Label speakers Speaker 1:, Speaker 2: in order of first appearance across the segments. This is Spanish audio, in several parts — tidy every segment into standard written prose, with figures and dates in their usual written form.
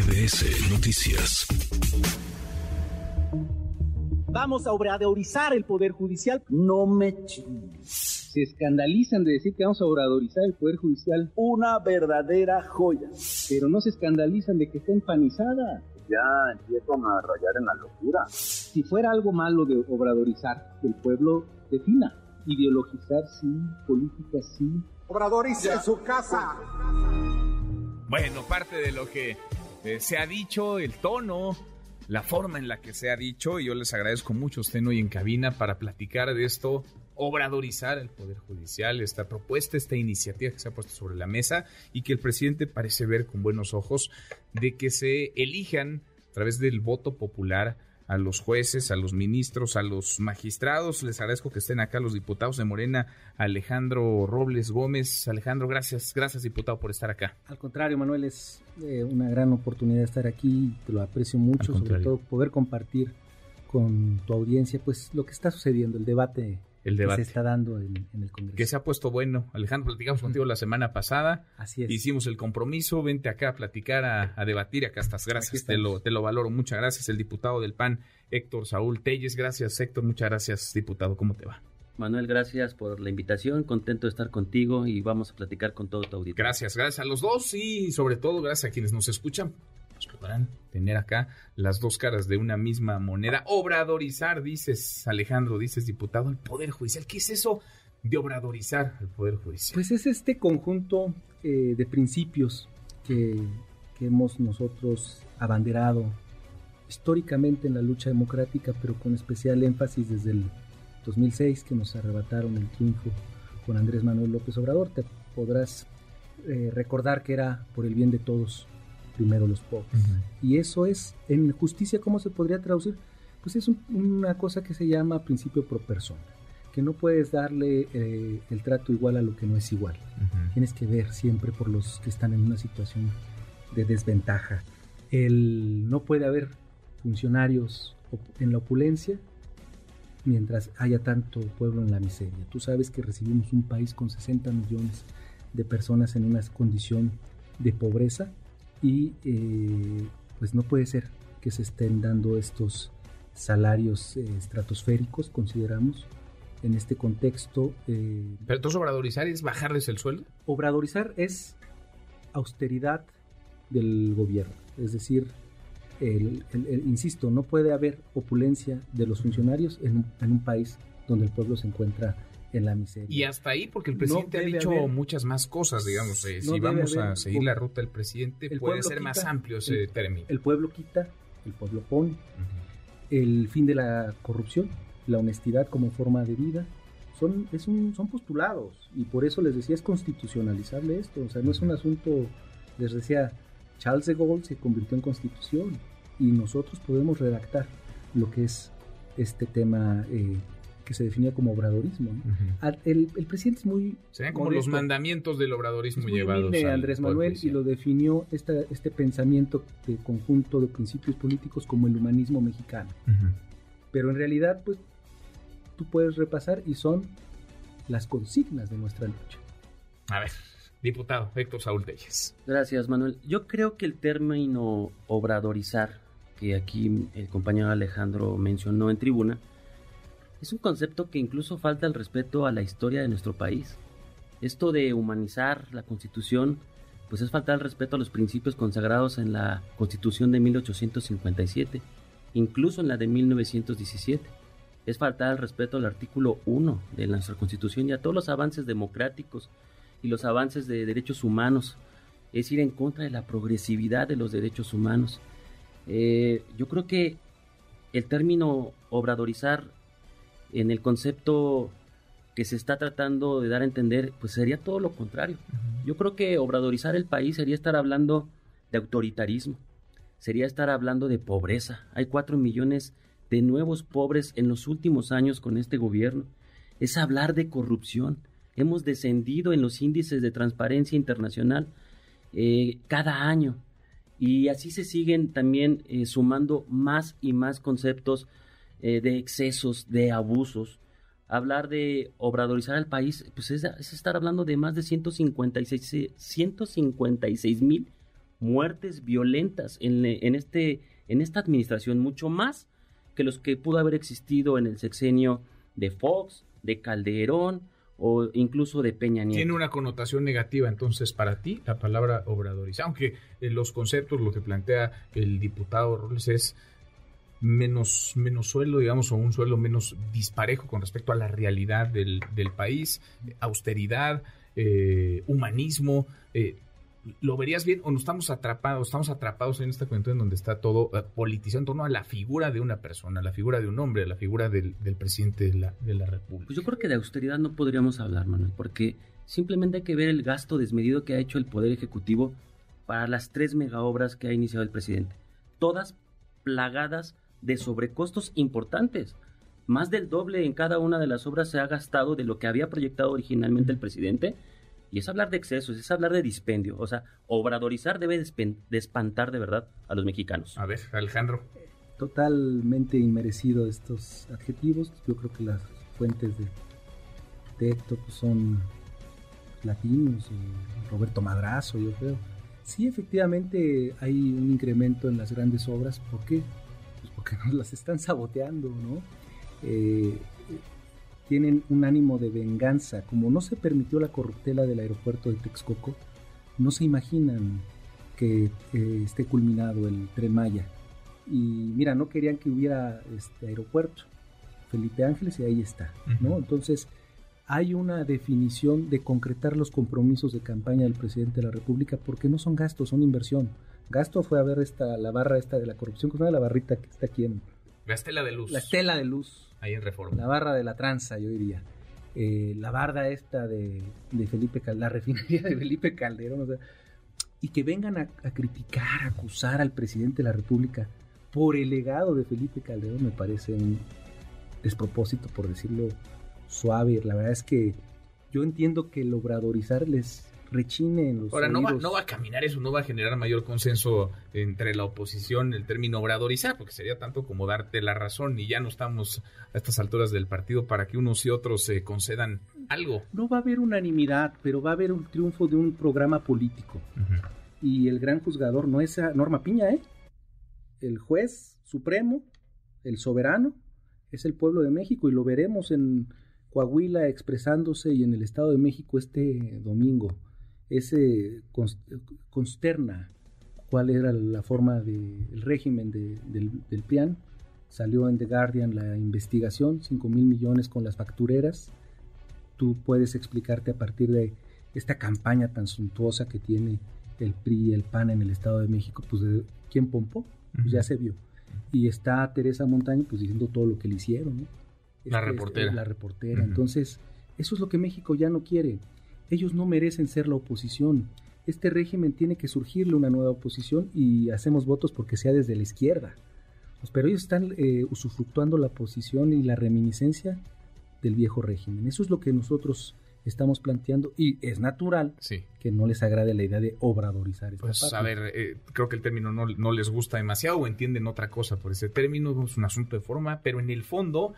Speaker 1: MBS Noticias.
Speaker 2: Vamos a obradorizar el Poder Judicial. No me chingues.
Speaker 3: Se escandalizan de decir que vamos a obradorizar el Poder Judicial.
Speaker 2: Una verdadera joya.
Speaker 3: Pero no se escandalizan de que está empanizada.
Speaker 4: Ya empiezan a rayar en la locura.
Speaker 3: Si fuera algo malo de obradorizar, el pueblo defina. Ideologizar sí, política sí.
Speaker 5: Obradorice su casa.
Speaker 6: Bueno, parte de lo que se ha dicho, el tono, la forma en la que se ha dicho, y yo les agradezco mucho, estén hoy en cabina para platicar de esto, obradorizar el Poder Judicial, esta propuesta, esta iniciativa que se ha puesto sobre la mesa y que el presidente parece ver con buenos ojos, de que se elijan a través del voto popular a los jueces, a los ministros, a los magistrados. Les agradezco que estén acá los diputados de Morena, Alejandro Robles Gómez. Alejandro, gracias diputado por estar acá.
Speaker 7: Al contrario, Manuel, es una gran oportunidad estar aquí, te lo aprecio mucho, sobre todo poder compartir con tu audiencia pues lo que está sucediendo, el debate que se está dando en el Congreso.
Speaker 6: Que se ha puesto bueno. Alejandro, platicamos contigo la semana pasada.
Speaker 7: Así es.
Speaker 6: Hicimos el compromiso, vente acá a platicar, a debatir, acá estás. Gracias, te lo valoro, muchas gracias. El diputado del PAN, Héctor Saúl Telles. Gracias, Héctor, muchas gracias, diputado. ¿Cómo te va?
Speaker 8: Manuel, gracias por la invitación, contento de estar contigo y vamos a platicar con todo tu auditorio.
Speaker 6: Gracias a los dos y sobre todo gracias a quienes nos escuchan. Nos podrán tener acá las dos caras de una misma moneda. Obradorizar, dices, Alejandro, dices, diputado, el Poder Judicial. ¿Qué es eso de obradorizar el Poder Judicial?
Speaker 7: Pues es este conjunto de principios que hemos nosotros abanderado históricamente en la lucha democrática, pero con especial énfasis desde el 2006, que nos arrebataron el triunfo con Andrés Manuel López Obrador. Te podrás recordar que era por el bien de todos, primero los pobres. Uh-huh. Y eso es, en justicia, ¿cómo se podría traducir? Pues es una cosa que se llama principio pro persona, que no puedes darle el trato igual a lo que no es igual. Uh-huh. Tienes que ver siempre por los que están en una situación de desventaja. No puede haber funcionarios en la opulencia mientras haya tanto pueblo en la miseria. Tú sabes que recibimos un país con 60 millones de personas en una condición de pobreza y pues no puede ser que se estén dando estos salarios estratosféricos, consideramos, en este contexto.
Speaker 6: ¿Pero entonces obradorizar es bajarles el sueldo?
Speaker 7: Obradorizar es austeridad del gobierno, es decir, insisto, no puede haber opulencia de los funcionarios en un país donde el pueblo se encuentra en la miseria.
Speaker 6: Y hasta ahí, porque el presidente ha dicho muchas más cosas, digamos, si vamos a seguir la ruta del presidente, puede ser más amplio ese término.
Speaker 7: El pueblo quita, el pueblo pone. Uh-huh. El fin de la corrupción, la honestidad como forma de vida, son postulados, y por eso les decía, es constitucionalizable esto, o sea, no es un asunto, les decía, Charles de Gaulle se convirtió en constitución, y nosotros podemos redactar lo que es este tema que se definía como obradorismo, ¿no? Uh-huh. El presidente es muy...
Speaker 6: Serían como modesto, los mandamientos del obradorismo llevados
Speaker 7: a Andrés Manuel, y lo definió este pensamiento de conjunto de principios políticos como el humanismo mexicano. Uh-huh. Pero en realidad, pues, tú puedes repasar y son las consignas de nuestra lucha.
Speaker 6: A ver, diputado Héctor Saúl Telles.
Speaker 8: Gracias, Manuel. Yo creo que el término obradorizar, que aquí el compañero Alejandro mencionó en tribuna, es un concepto que incluso falta el respeto a la historia de nuestro país. Esto de humanizar la Constitución, pues es faltar el respeto a los principios consagrados en la Constitución de 1857, incluso en la de 1917. Es faltar el respeto al artículo 1 de nuestra Constitución y a todos los avances democráticos y los avances de derechos humanos. Es ir en contra de la progresividad de los derechos humanos. Yo creo que el término obradorizar, en el concepto que se está tratando de dar a entender, pues sería todo lo contrario. Uh-huh. Yo creo que obradorizar el país sería estar hablando de autoritarismo, sería estar hablando de pobreza. Hay 4 millones de nuevos pobres en los últimos años con este gobierno. Es hablar de corrupción. Hemos descendido en los índices de transparencia internacional cada año, y así se siguen también sumando más y más conceptos de excesos, de abusos. Hablar de obradorizar al país, pues es estar hablando de más de 156,000 muertes violentas en esta administración, mucho más que los que pudo haber existido en el sexenio de Fox, de Calderón o incluso de Peña Nieto.
Speaker 6: Tiene una connotación negativa entonces para ti la palabra obradorizar, aunque los conceptos, lo que plantea el diputado Robles es menos sueldo, digamos, o un sueldo menos disparejo con respecto a la realidad del país, austeridad, humanismo. ¿Lo verías bien o no estamos atrapados en esta coyuntura en donde está todo politizado en torno a la figura de una persona, la figura de un hombre, la figura del presidente de la República?
Speaker 8: Pues yo creo que de austeridad no podríamos hablar, Manuel, porque simplemente hay que ver el gasto desmedido que ha hecho el Poder Ejecutivo para las 3 megaobras que ha iniciado el presidente. Todas plagadas de sobrecostos importantes. Más del doble en cada una de las obras se ha gastado de lo que había proyectado originalmente el presidente. Y es hablar de excesos, es hablar de dispendio. O sea, obradorizar debe de espantar de verdad a los mexicanos.
Speaker 6: A ver, Alejandro.
Speaker 7: Totalmente inmerecido estos adjetivos. Yo creo que las fuentes de Héctor pues, son latinos, Roberto Madrazo, yo creo. Sí, efectivamente hay un incremento en las grandes obras. ¿Por qué? Pues porque nos las están saboteando, ¿no? Tienen un ánimo de venganza. Como no se permitió la corruptela del aeropuerto de Texcoco, no se imaginan que esté culminado el Tren Maya. Y mira, no querían que hubiera este aeropuerto, Felipe Ángeles, y ahí está, ¿no? Entonces, hay una definición de concretar los compromisos de campaña del presidente de la República, porque no son gastos, son inversión. Gasto fue a ver la barra esta de la corrupción, que es una de la barrita que está aquí en...
Speaker 6: La estela de luz.
Speaker 7: La estela de luz.
Speaker 6: Ahí en Reforma.
Speaker 7: La barra de la tranza, yo diría. La barda esta de Felipe Calderón, la refinería de Felipe Calderón, o sea, y que vengan a criticar, a acusar al presidente de la República por el legado de Felipe Calderón, me parece un despropósito, por decirlo suave. La verdad es que yo entiendo que el obradorizar les rechine en los
Speaker 6: Ahora,
Speaker 7: oídos.
Speaker 6: no va a caminar eso, no va a generar mayor consenso entre la oposición, el término obradorizar, porque sería tanto como darte la razón, y ya no estamos a estas alturas del partido para que unos y otros se concedan algo.
Speaker 7: No va a haber unanimidad, pero va a haber un triunfo de un programa político. Y el gran juzgador no es Norma Piña, el juez supremo, el soberano, es el pueblo de México, y lo veremos en Coahuila expresándose y en el Estado de México este domingo. Ese consterna cuál era la forma del régimen del PRIAN. Salió en The Guardian la investigación, 5,000 millones con las factureras. Tú puedes explicarte a partir de esta campaña tan suntuosa que tiene el PRI y el PAN en el Estado de México, pues de quién pompó, pues ya se vio. Y está Teresa Montaño pues diciendo todo lo que le hicieron, ¿no?
Speaker 6: La reportera.
Speaker 7: La reportera. Entonces, eso es lo que México ya no quiere. Ellos no merecen ser la oposición. Este régimen tiene que surgirle una nueva oposición, y hacemos votos porque sea desde la izquierda. Pero ellos están usufructuando la posición y la reminiscencia del viejo régimen. Eso es lo que nosotros estamos planteando, y es natural que no les agrade la idea de obradorizar esta parte.
Speaker 6: A ver, creo que el término no les gusta demasiado, o entienden otra cosa por ese término. Es un asunto de forma, pero en el fondo...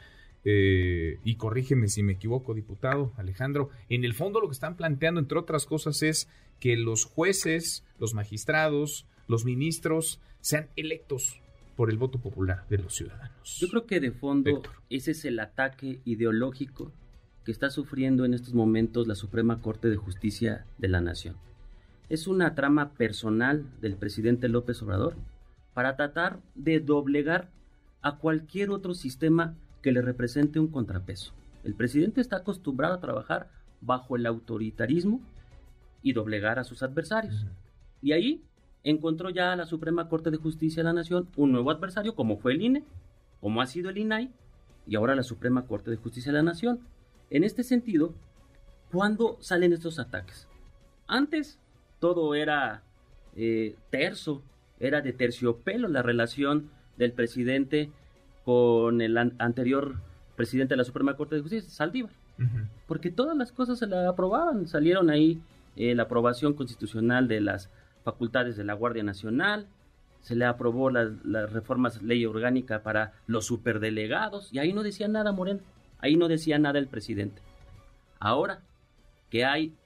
Speaker 6: y corrígeme si me equivoco, diputado Alejandro, en el fondo lo que están planteando, entre otras cosas, es que los jueces, los magistrados, los ministros sean electos por el voto popular de los ciudadanos.
Speaker 8: Yo creo que de fondo
Speaker 6: Héctor,
Speaker 8: ese es el ataque ideológico que está sufriendo en estos momentos la Suprema Corte de Justicia de la Nación. Es una trama personal del presidente López Obrador para tratar de doblegar a cualquier otro sistema que le represente un contrapeso. El presidente está acostumbrado a trabajar bajo el autoritarismo y doblegar a sus adversarios. Y ahí encontró ya a la Suprema Corte de Justicia de la Nación un nuevo adversario, como fue el INE, como ha sido el INAI, y ahora la Suprema Corte de Justicia de la Nación. En este sentido, ¿cuándo salen estos ataques? Antes todo era terso, era de terciopelo la relación del presidente con el anterior presidente de la Suprema Corte de Justicia, Saldívar. Porque todas las cosas se la aprobaban. Salieron ahí la aprobación constitucional de las facultades de la Guardia Nacional, se le aprobó las reformas ley orgánica para los superdelegados, y ahí no decía nada Moreno, ahí no decía nada el presidente. Ahora que hay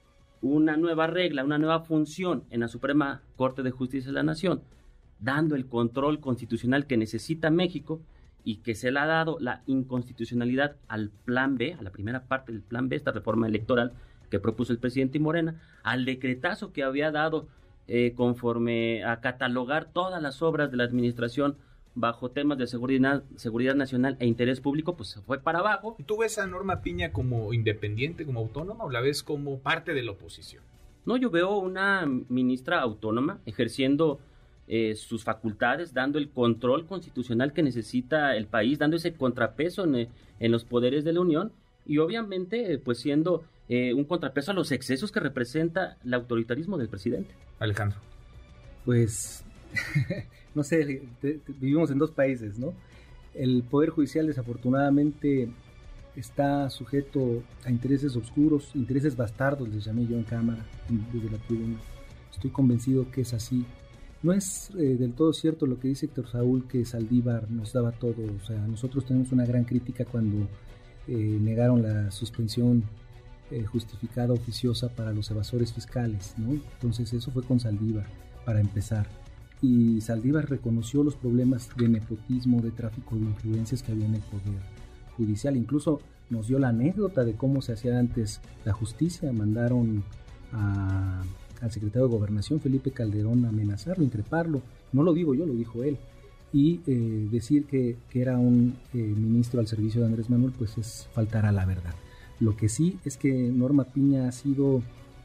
Speaker 8: una nueva regla, una nueva función en la Suprema Corte de Justicia de la Nación, dando el control constitucional que necesita México y que se le ha dado la inconstitucionalidad al Plan B, a la primera parte del Plan B, esta reforma electoral que propuso el presidente Morena, al decretazo que había dado conforme a catalogar todas las obras de la administración bajo temas de seguridad nacional e interés público, pues se fue para abajo.
Speaker 6: ¿Tú ves a Norma Piña como independiente, como autónoma, o la ves como parte de la oposición?
Speaker 8: No, yo veo una ministra autónoma ejerciendo sus facultades, dando el control constitucional que necesita el país, dando ese contrapeso en los poderes de la Unión y obviamente pues siendo un contrapeso a los excesos que representa el autoritarismo del presidente.
Speaker 6: Alejandro.
Speaker 7: Pues, no sé, vivimos en dos países, ¿no? El Poder Judicial desafortunadamente está sujeto a intereses oscuros, intereses bastardos, les llamé yo en cámara, desde la tribuna. Estoy convencido que es así. No es del todo cierto lo que dice Héctor Saúl, que Saldívar nos daba todo. O sea, nosotros tenemos una gran crítica cuando negaron la suspensión justificada oficiosa para los evasores fiscales, ¿no? Entonces eso fue con Saldívar, para empezar. Y Saldívar reconoció los problemas de nepotismo, de tráfico de influencias que había en el Poder Judicial. Incluso nos dio la anécdota de cómo se hacía antes la justicia. Mandaron al secretario de Gobernación, Felipe Calderón, a amenazarlo, increparlo. No lo digo yo, lo dijo él. Y decir que era un ministro al servicio de Andrés Manuel, pues es faltar a la verdad. Lo que sí es que Norma Piña ha sido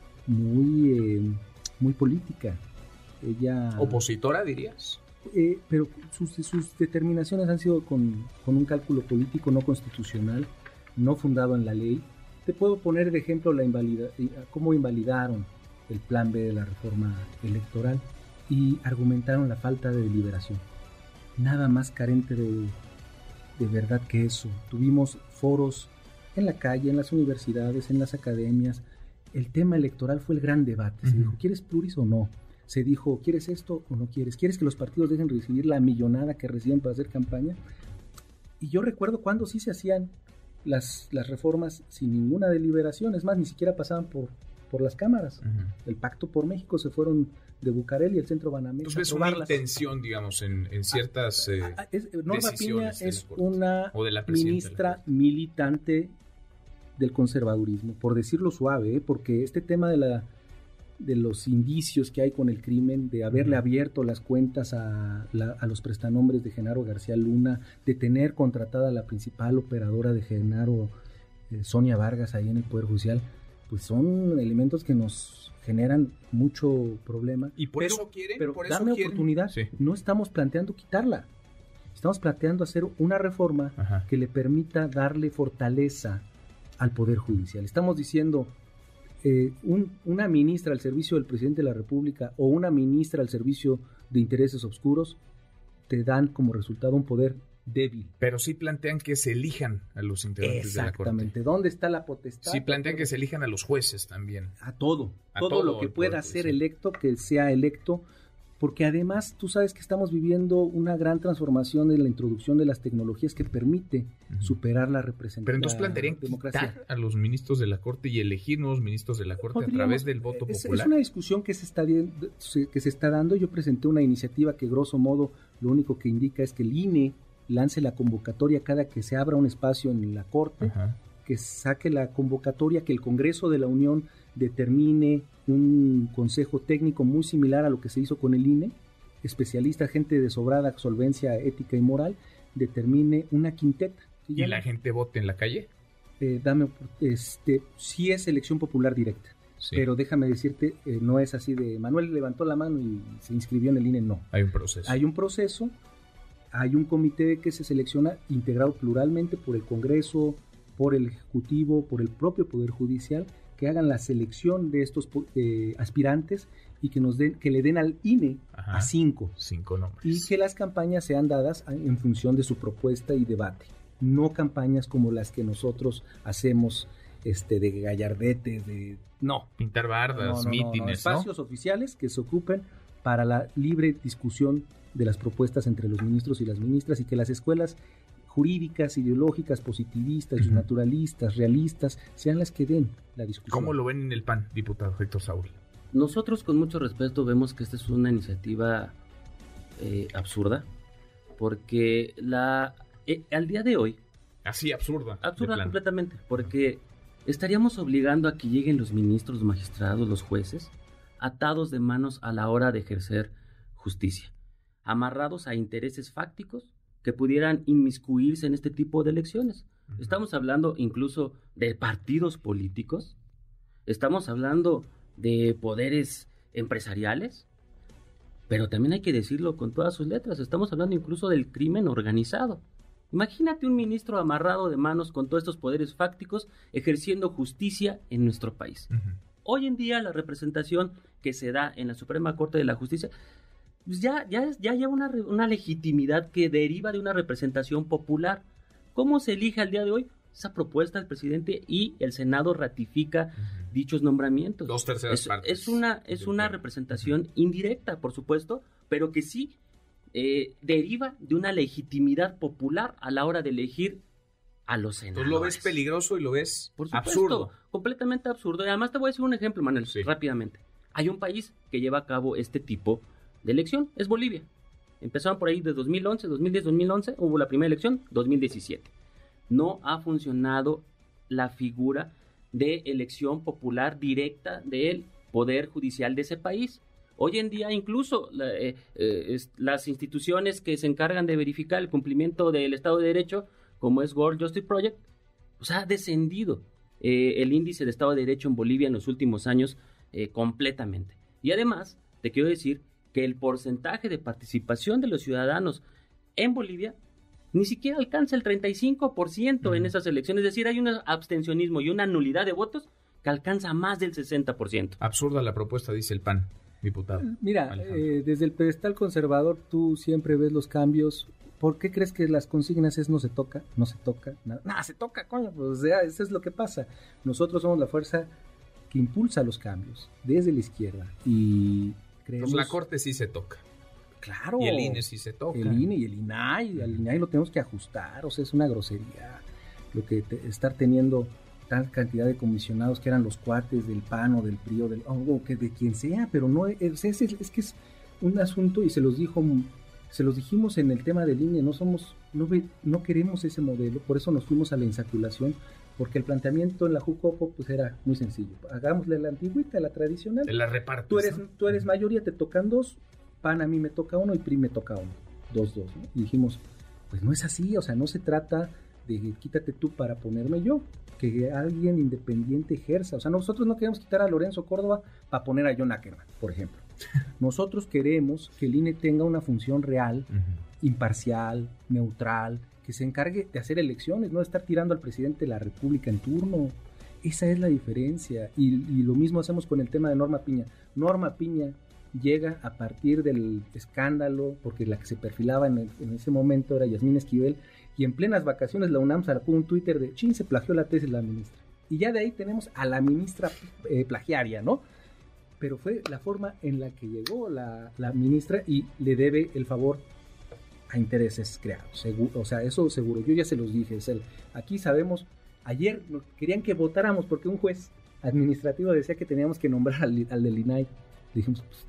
Speaker 7: muy política. Ella,
Speaker 6: ¿opositora, dirías?
Speaker 7: Pero sus determinaciones han sido con un cálculo político no constitucional, no fundado en la ley. Te puedo poner de ejemplo cómo invalidaron el Plan B de la reforma electoral y argumentaron la falta de deliberación. Nada más carente de verdad que eso. Tuvimos foros en la calle, en las universidades, en las academias. El tema electoral fue el gran debate. Se dijo, ¿quieres pluris o no? Se dijo, ¿quieres esto o no quieres? ¿Quieres que los partidos dejen recibir la millonada que reciben para hacer campaña? Y yo recuerdo cuando sí se hacían las reformas sin ninguna deliberación. Es más, ni siquiera pasaban por las cámaras. El Pacto por México se fueron de Bucareli y el Centro Banamex.
Speaker 6: Entonces es una intención, digamos, en ciertas
Speaker 7: Norma Piña es una
Speaker 6: la
Speaker 7: ministra militante del conservadurismo, por decirlo suave, porque este tema de los indicios que hay con el crimen, de haberle abierto las cuentas a los prestanombres de Genaro García Luna, de tener contratada la principal operadora de Genaro, Sonia Vargas, ahí en el Poder Judicial, pues son elementos que nos generan mucho problema.
Speaker 6: Y por eso quieren,
Speaker 7: dame oportunidad. Sí. No estamos planteando quitarla. Estamos planteando hacer una reforma que le permita darle fortaleza al Poder Judicial. Estamos diciendo una ministra al servicio del presidente de la República o una ministra al servicio de intereses oscuros te dan como resultado un poder débil.
Speaker 6: Pero sí plantean que se elijan a los integrantes de la Corte.
Speaker 7: Exactamente. ¿Dónde está la potestad?
Speaker 6: Sí plantean que se elijan a los jueces también.
Speaker 7: A todo lo que pueda ser electo, que sea electo, porque además tú sabes que estamos viviendo una gran transformación en la introducción de las tecnologías que permite superar la representación.
Speaker 6: Pero entonces plantearían quitar a los ministros de la Corte y elegir nuevos ministros de la Corte a través del voto popular.
Speaker 7: Es una discusión que se está dando. Yo presenté una iniciativa que grosso modo lo único que indica es que el INE lance la convocatoria cada que se abra un espacio en la Corte, que saque la convocatoria, que el Congreso de la Unión determine un consejo técnico muy similar a lo que se hizo con el INE, especialista, gente de sobrada solvencia ética y moral, determine una quinteta.
Speaker 6: ¿Y la gente vote en la calle?
Speaker 7: Sí es elección popular directa, pero déjame decirte, no es así de Manuel levantó la mano y se inscribió en el INE, no.
Speaker 6: Hay un proceso.
Speaker 7: Hay un comité que se selecciona integrado pluralmente por el Congreso, por el Ejecutivo, por el propio Poder Judicial, que hagan la selección de estos aspirantes y que le den al INE a 5
Speaker 6: nombres.
Speaker 7: Y que las campañas sean dadas en función de su propuesta y debate. No campañas como las que nosotros hacemos de gallardetes,
Speaker 6: pintar bardas, mítines,
Speaker 7: espacios oficiales que se ocupen para la libre discusión de las propuestas entre los ministros y las ministras, y que las escuelas jurídicas, ideológicas, positivistas, naturalistas, realistas, sean las que den la discusión.
Speaker 6: ¿Cómo lo ven en el PAN, diputado Héctor Saúl?
Speaker 8: Nosotros con mucho respeto vemos que esta es una iniciativa absurda, porque al día de hoy...
Speaker 6: Así, absurda
Speaker 8: completamente, porque estaríamos obligando a que lleguen los ministros, los magistrados, los jueces, atados de manos a la hora de ejercer justicia, amarrados a intereses fácticos que pudieran inmiscuirse en este tipo de elecciones. Estamos hablando incluso de partidos políticos, estamos hablando de poderes empresariales, pero también hay que decirlo con todas sus letras, estamos hablando incluso del crimen organizado. Imagínate un ministro amarrado de manos con todos estos poderes fácticos ejerciendo justicia en nuestro país. Hoy en día la representación que se da en la Suprema Corte de la Justicia pues ya lleva una legitimidad que deriva de una representación popular. ¿Cómo se elige al día de hoy? Esa propuesta del presidente y el Senado ratifica dichos nombramientos.
Speaker 6: 2/3 partes.
Speaker 8: Es una representación indirecta, por supuesto, pero que sí deriva de una legitimidad popular a la hora de elegir a los senadores.
Speaker 6: ¿Tú lo ves peligroso y lo ves
Speaker 8: por supuesto,
Speaker 6: absurdo?
Speaker 8: Completamente absurdo. Y además te voy a decir un ejemplo, Manuel,
Speaker 6: sí,
Speaker 8: rápidamente. Hay un país que lleva a cabo este tipo de elección, es Bolivia. Empezaron por ahí de 2011, 2010, 2011, hubo la primera elección, 2017. No ha funcionado la figura de elección popular directa del Poder Judicial de ese país. Hoy en día incluso las instituciones que se encargan de verificar el cumplimiento del Estado de Derecho, como es World Justice Project, pues ha descendido el índice de Estado de Derecho en Bolivia en los últimos años completamente. Y además, te quiero decir que el porcentaje de participación de los ciudadanos en Bolivia ni siquiera alcanza el 35% en esas elecciones. Es decir, hay un abstencionismo y una nulidad de votos que alcanza más del 60%.
Speaker 6: Absurda la propuesta, dice el PAN, diputado.
Speaker 7: Mira, desde el pedestal conservador tú siempre ves los cambios. ¿Por qué crees que las consignas es no se toca, nada? Nada, se toca, coño, pues ya, eso es lo que pasa. Nosotros somos la fuerza que impulsa los cambios desde la izquierda y creemos...
Speaker 6: Pues la Corte sí se toca.
Speaker 7: Claro.
Speaker 6: Y el INE sí se toca.
Speaker 7: El INE y el INAI, al INAI lo tenemos que ajustar, o sea, es una grosería lo que estar teniendo tal cantidad de comisionados que eran los cuates del PAN o del PRI o que de quien sea, pero no es que es un asunto y se los dijimos en el tema del INE, no queremos ese modelo, por eso nos fuimos a la insaculación, porque el planteamiento en la Jucopo pues era muy sencillo, hagámosle la antigüita, la tradicional.
Speaker 6: La repartes.
Speaker 7: Tú eres mayoría, te tocan 2, PAN a mí me toca 1 y PRI me toca 1, 2, ¿no? Y dijimos, pues no es así, o sea, no se trata de quítate tú para ponerme yo, que alguien independiente ejerza, o sea, nosotros no queremos quitar a Lorenzo Córdoba para poner a John Ackerman, por ejemplo. Nosotros queremos que el INE tenga una función real, imparcial, neutral, que se encargue de hacer elecciones, no de estar tirando al presidente de la República en turno. Esa es la diferencia. Y lo mismo hacemos con el tema de Norma Piña. Norma Piña llega a partir del escándalo, porque la que se perfilaba en ese momento era Yasmín Esquivel, y en plenas vacaciones la UNAM sacó un Twitter de se plagió la tesis la ministra. Y ya de ahí tenemos a la ministra plagiaria, ¿no? Pero fue la forma en la que llegó la ministra y le debe el favor a intereses creados, seguro, o sea, eso seguro, yo ya se los dije, aquí sabemos, ayer querían que votáramos porque un juez administrativo decía que teníamos que nombrar al del INAI, dijimos, pues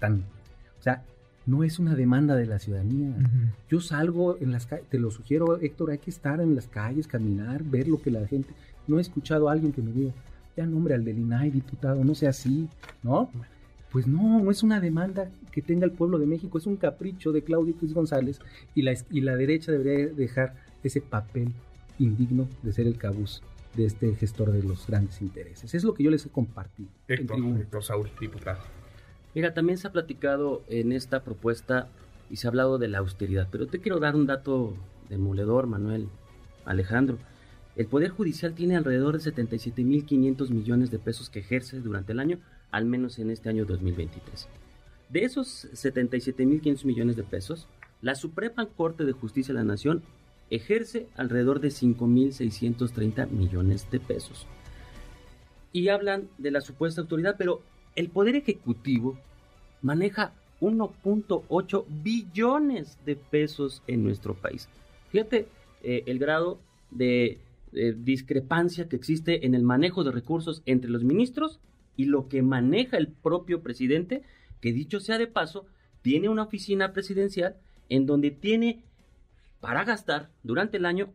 Speaker 7: o sea, no es una demanda de la ciudadanía, yo salgo en las calles, te lo sugiero Héctor, hay que estar en las calles, caminar, ver lo que la gente, no he escuchado a alguien que me diga, ya nombre al del INAI, diputado, no sea así, ¿no? Pues no es una demanda que tenga el pueblo de México, es un capricho de Claudio X González y la derecha debería dejar ese papel indigno de ser el cabuz de este gestor de los grandes intereses. Es lo que yo les he compartido.
Speaker 6: Héctor Saúl, diputado.
Speaker 8: Mira, también se ha platicado en esta propuesta y se ha hablado de la austeridad, pero te quiero dar un dato demoledor, Manuel, Alejandro. El Poder Judicial tiene alrededor de 77.500 millones de pesos que ejerce durante el año, al menos en este año 2023. De esos 77.500 millones de pesos, la Suprema Corte de Justicia de la Nación ejerce alrededor de 5.630 millones de pesos. Y hablan de la supuesta autoridad, pero el Poder Ejecutivo maneja 1.8 billones de pesos en nuestro país. Fíjate el grado de discrepancia que existe en el manejo de recursos entre los ministros y lo que maneja el propio presidente, que dicho sea de paso, tiene una oficina presidencial en donde tiene para gastar durante el año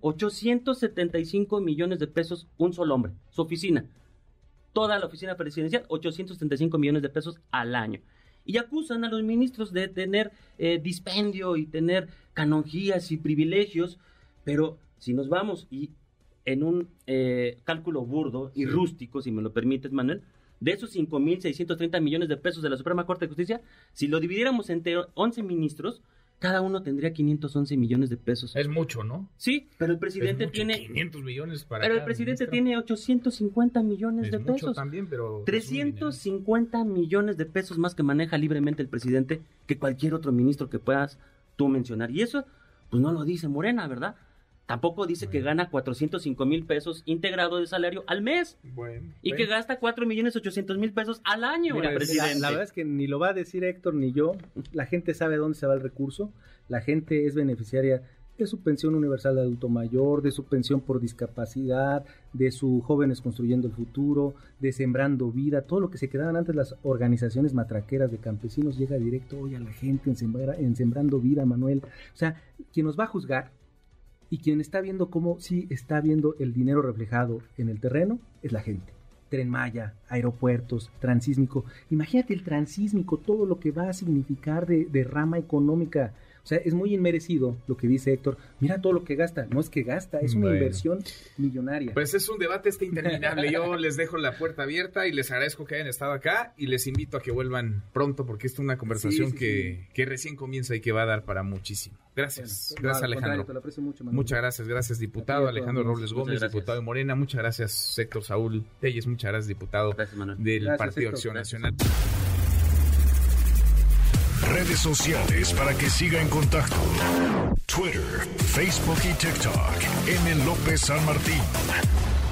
Speaker 8: 875 millones de pesos un solo hombre, su oficina. Toda la oficina presidencial, 875 millones de pesos al año. Y acusan a los ministros de tener dispendio y tener canonjías y privilegios, pero si nos vamos y en un cálculo burdo y rústico, si me lo permites, Manuel, de esos 5.630 millones de pesos de la Suprema Corte de Justicia, si lo dividiéramos entre 11 ministros, cada uno tendría 511 millones de pesos.
Speaker 6: Es mucho, ¿no?
Speaker 8: Sí, pero el presidente tiene
Speaker 6: 500 millones para
Speaker 8: Pero el presidente tiene 850 millones de pesos.
Speaker 6: Mucho también, pero
Speaker 8: 350 millones de pesos más que maneja libremente el presidente que cualquier otro ministro que puedas tú mencionar. Y eso, pues no lo dice Morena, ¿verdad? Tampoco dice que gana 405,000 pesos integrado de salario al mes. Que gasta 4,800,000 pesos al año.
Speaker 7: Mira,
Speaker 8: el presidente.
Speaker 7: La verdad es que ni lo va a decir Héctor ni yo. La gente sabe a dónde se va el recurso. La gente es beneficiaria de su pensión universal de adulto mayor, de su pensión por discapacidad, de su Jóvenes Construyendo el Futuro, de Sembrando Vida. Todo lo que se quedaban antes las organizaciones matraqueras de campesinos llega directo hoy a la gente en Sembrando Vida, Manuel. O sea, quien nos va a juzgar y quien está viendo cómo sí está viendo el dinero reflejado en el terreno es la gente. Tren Maya, aeropuertos, Transísmico. Imagínate el Transísmico, todo lo que va a significar de rama económica. O sea, es muy inmerecido lo que dice Héctor. Mira todo lo que gasta. No es que gasta, es una inversión millonaria.
Speaker 6: Pues es un debate interminable. Yo les dejo la puerta abierta y les agradezco que hayan estado acá y les invito a que vuelvan pronto porque esta es una conversación que recién comienza y que va a dar para muchísimo. Gracias. Gracias, Alejandro.
Speaker 7: Te lo aprecio mucho,
Speaker 6: muchas gracias. Gracias, diputado Alejandro Robles Gómez, diputado de Morena. Muchas gracias, Héctor Saúl Telles. Muchas gracias, diputado del Partido Acción Nacional.
Speaker 1: Redes sociales para que siga en contacto: Twitter, Facebook y TikTok. M. López San Martín.